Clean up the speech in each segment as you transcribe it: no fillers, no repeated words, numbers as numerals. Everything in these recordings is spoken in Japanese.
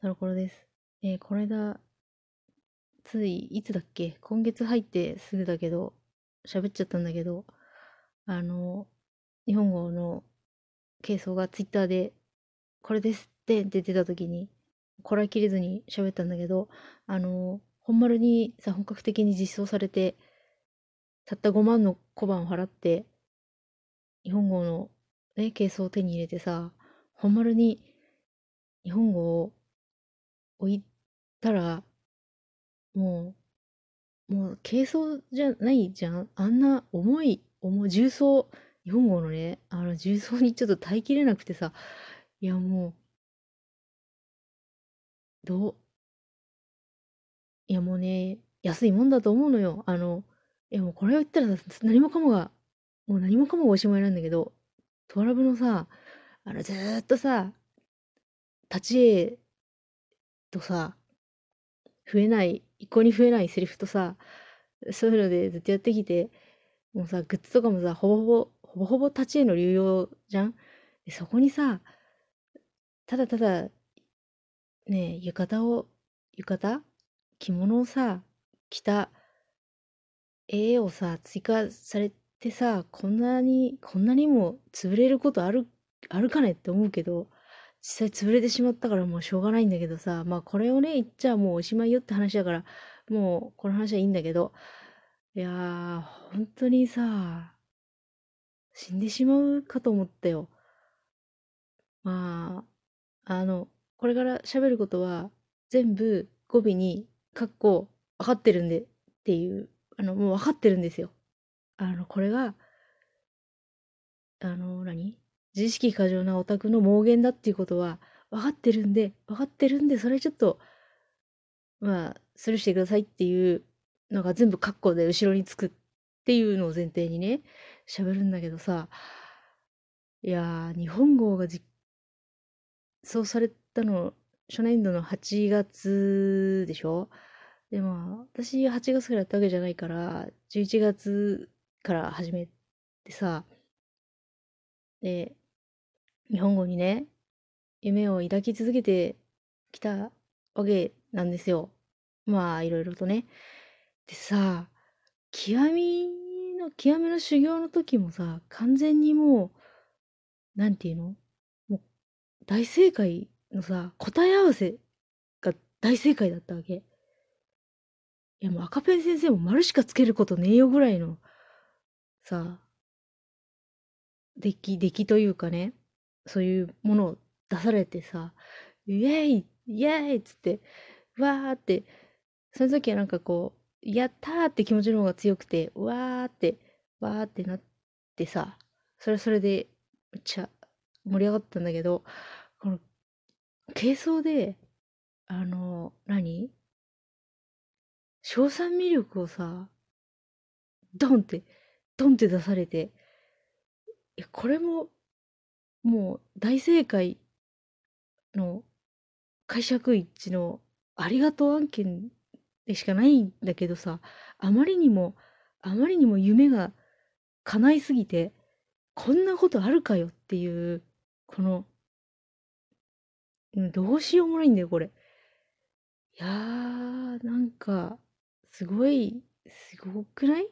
タロコロです。この間、いつだっけ今月入ってすぐだけど、喋っちゃったんだけど、あの、日本語の軽装がツイッターで、これですって出てた時に、こらえきれずに喋ったんだけど、本丸にさ、本格的に実装されて、たった5万の小判を払って、日本語のね、軽装を手に入れてさ、本丸に日本語を置いたら、ももう軽装じゃないじゃん。あんな重装、日本語のね、重装にちょっと耐えきれなくてさ、いやもう、いやもうね、安いもんだと思うのよ。いやもうこれを言ったらさ、もう何もかもがおしまいなんだけど、トラブのさ、ずーっとさ、立ち絵とさ、一向に増えないセリフとさ、そういうのでずっとやってきて、もうさ、グッズとかもさ、ほぼほぼ立ち絵の流用じゃん。でそこにさ、ただただ、ね、浴衣着物をさ、着た絵をさ、追加されてさ、こんなにも潰れることあるかねって思うけど、実際潰れてしまったからもうしょうがないんだけどさ、まあこれをね、言っちゃもうおしまいよって話だから、もうこの話はいいんだけど、いやー、本当にさ、死んでしまうかと思ったよ。まこれから喋ることは全部語尾に、分かってるんでっていう、もう分かってるんですよ。これが、何自意識過剰なオタクの妄言だっていうことは分かってるんで、それちょっと、まあ、スルーしてくださいっていうのが全部カッコで後ろにつくっていうのを前提にね、喋るんだけどさ、いやー、日本語がそうされたの、初年度の8月でしょ。で、まあ、私8月からやったわけじゃないから、11月から始めてさ、で、日本語にね、夢を抱き続けてきたわけなんですよ。まあ、いろいろとね。でさ、極みの修行の時もさ、完全にもう、なんていうのもう、大正解のさ、答え合わせが大正解だったわけ。いやもう赤ペン先生も丸しかつけることねえよぐらいのさ、出来というかね、そういうものを出されてさ、イエーイイエーイっつって、わーって、その時はなんかこう、やったーって気持ちの方が強くて、わーってなってさ、それはそれで、めっちゃ盛り上がったんだけど、この、軽装で、何賞賛魅力をさ、ドンって、ドンって出されて、いや、これも、もう大正解の解釈一致のありがとう案件でしかないんだけどさ、あまりにも、あまりにも夢が叶いすぎて、こんなことあるかよっていう、この、どうしようもないんだよ、これ。いやー、なんか、すごくない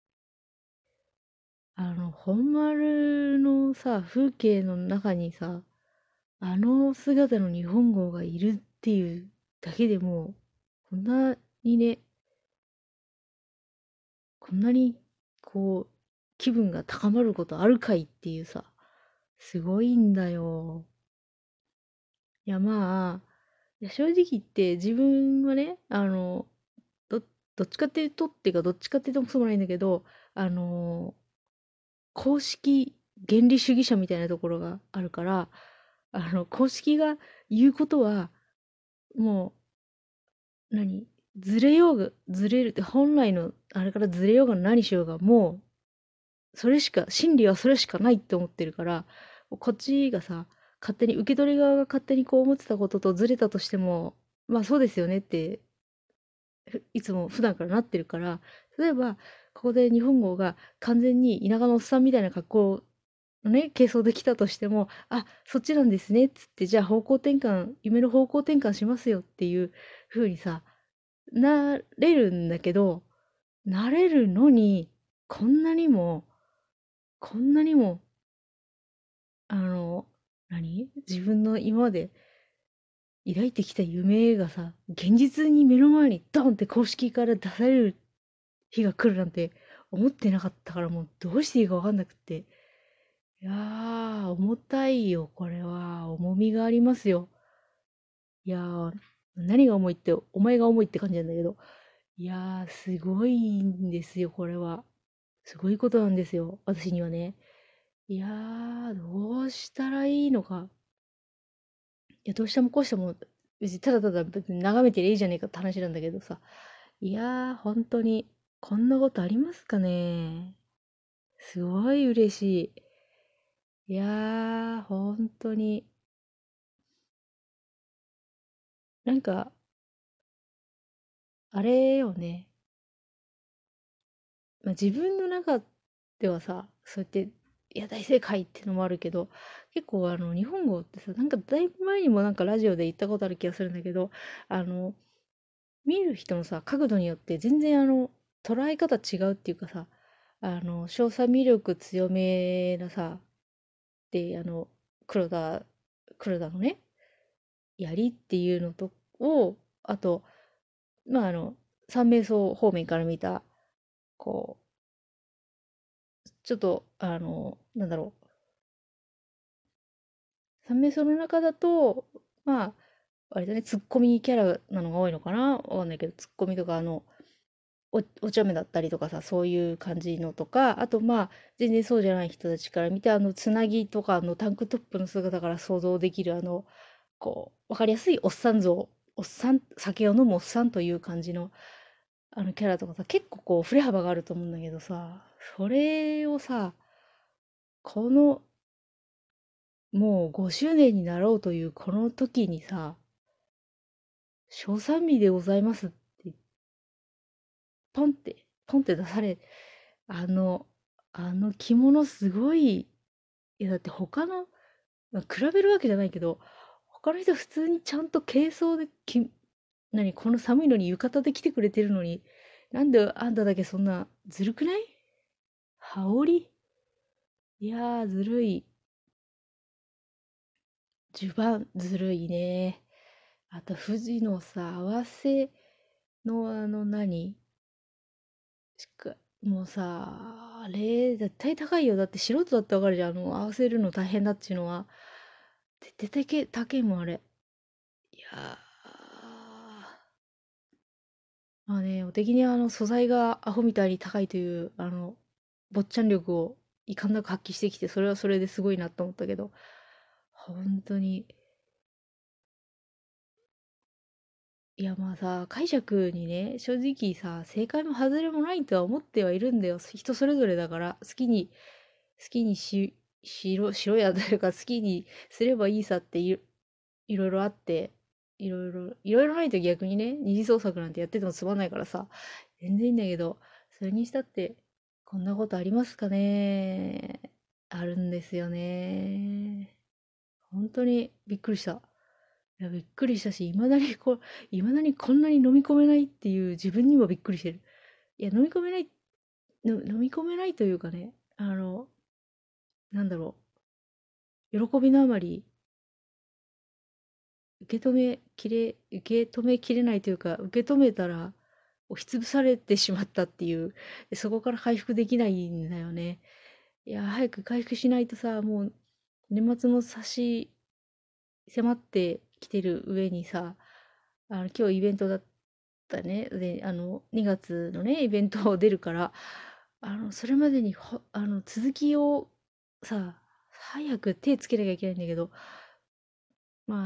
本丸のさ、風景の中にさ、あの姿の日本語がいるっていうだけでもう、こんなにね、こんなに、こう、気分が高まることあるかいっていうさ、すごいんだよ。いや、まあ、いや正直言って自分はね、ど、どっちかっていうとっていうか、どっちかっていうとそうもないんだけど、あの、公式原理主義者みたいなところがあるから、公式が言うことは、も何ずれるって本来のあれからずれようが何しようがも真理はそれしかないって思ってるから、こっちがさ、受け取り側が勝手にこう思ってたこととずれたとしても、まあそうですよねって、いつも普段からなってるから、例えば、ここで日本語が完全に田舎のおっさんみたいな格好ね、軽装で来たとしても、あ、そっちなんですねっつって、じゃあ方向転換、夢の方向転換しますよっていう風にさ、なれるんだけど、なれるのに、こんなにも、こんなにも、あの、自分の今まで抱いてきた夢がさ、現実に目の前にドンって公式から出される日が来るなんて思ってなかったから、もうどうしていいかわかんなくって。いやー、重たいよ、これは。重みがありますよ。いやー、何が重いって、お前が重いって感じなんだけど。いやー、すごいんですよ、これは。すごいことなんですよ、私にはね。いやー、どうしたらいいのか。いや、どうしてもこうしても、別にただただ別に眺めてりゃいいじゃねえかって話なんだけどさ。いやー、本当に、こんなことありますかね。すごい嬉しい。いやー、本当に、なんか、あれよね。まあ、自分の中ではさ、そうやって、いや、大正解ってのもあるけど、結構日本語ってさ、なんかだいぶ前にもなんかラジオで言ったことある気がするんだけど、あの、見る人のさ、角度によって全然捉え方違うっていうかさ、少佐魅力強めなさ、で、黒田、黒田のね、槍っていうのと、あと、まあ三名荘方面から見た、こちょっと、なんだろう、三名その中だと、まあ、あれだね、ツッコミキャラなのが多いのかなわかんないけど、ツッコミとか、お茶目だったりとかさ、そういう感じのとか、あとまあ、全然そうじゃない人たちから見て、つなぎとかタンクトップの姿から想像できる、わかりやすいおっさん像、おっさん、酒を飲むおっさんという感じの、キャラとかさ、結構こう、振れ幅があると思うんだけどさ、それをさ、このもう5周年になろうというこの時にさ、小賛美でございますってポンって出され、あの、あの着物すごい、いやだって他の、まあ比べるわけじゃないけど、他の人普通にちゃんと軽装でこの寒いのに浴衣で来てくれてるのに、なんであんただけそんなずるくない？羽織、いやーずるい。襦袢ずるいね。あと富士のさ、合わせのしかもうさ、あれ、絶対高いよ。だって素人だってわかるじゃん。合わせるの大変だっていうのは。絶対高いもん、あれ。いやまあね、お敵に素材がアホみたいに高いという、坊ちゃん力を遺憾なく発揮してきて、それはそれですごいなと思ったけど、本当に、いやまあさ、解釈にね、正直さ、正解も外れもないとは思ってはいるんだよ。人それぞれだから、好きにしろやというか、好きにすればいいさっていろいろあって、いろいろないと逆にね、二次創作なんてやっててもつまんないからさ、全然いいんだけど、それにしたって、こんなことありますかね。あるんですよね。本当にびっくりした。いや、びっくりしたし、いまだにこんなに飲み込めないっていう自分にもびっくりしてる。いや、飲み込めないというかね、なんだろ喜びのあまり、受け止めきれないというか、受け止めたら押しつぶされてしまったっていう、でそこから回復できないんだよね。いや、早く回復しないとさ、もう年末も迫ってきてる上にさ、今日イベントだったね。で、2月のね、イベントを出るから、それまでに続きをさ、早く手つけなきゃいけないんだけど、まあ、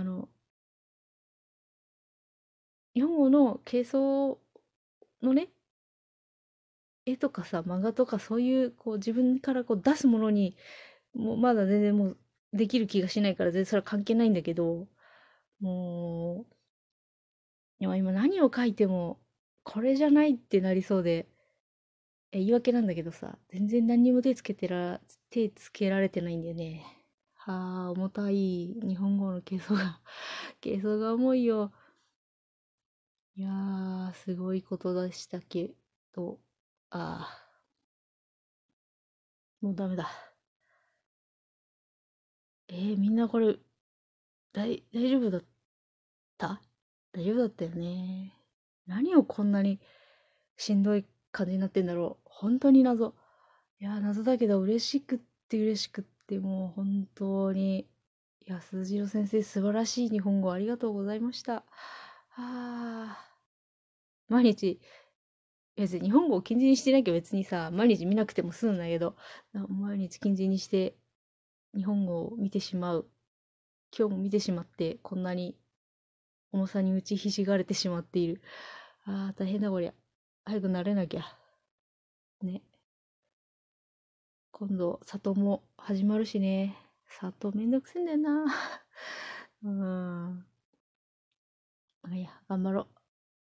日本語の軽装のね、絵とかさ、漫画とかそういう、こう、自分からこう出すものに、もうまだ全然もうできる気がしないから、全然それは関係ないんだけど、もう、でも今何を書いても、これじゃないってなりそうで、 言い訳なんだけどさ、全然何にも手つけられてないんだよね。はあ、重たい。日本語の基礎が基礎が重いよ。いやー、すごいことでしたけど、あもうダメだ。みんなこれ、大丈夫だった大丈夫だったよね。何をこんなにしんどい感じになってんだろう。本当に謎。いや、謎だけど嬉しくって、もう本当に、安次郎先生素晴らしい日本語ありがとうございました。毎日、別に日本語を禁じにしてなきゃ別にさ、毎日見なくても済むんだけど、毎日禁じにして日本語を見てしまう。今日も見てしまって、こんなに重さに打ちひしがれてしまっている。大変だこりゃ。早く慣れなきゃ。ね。今度、里も始まるしね。里めんどくせえんだよな。うーん。いや、頑張ろう。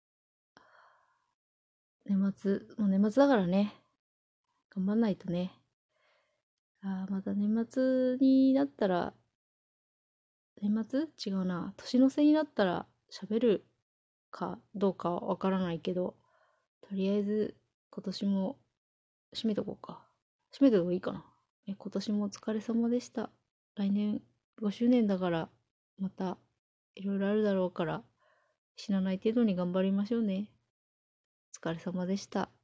もう年末だからね。頑張んないとね。また年末になったら、年末違うな。年の瀬になったら喋るかどうかはわからないけど、とりあえず今年も締めとこうか。締めた方がいいかな。今年もお疲れ様でした。来年5周年だから、またいろいろあるだろうから、死なない程度に頑張りましょうね。お疲れ様でした。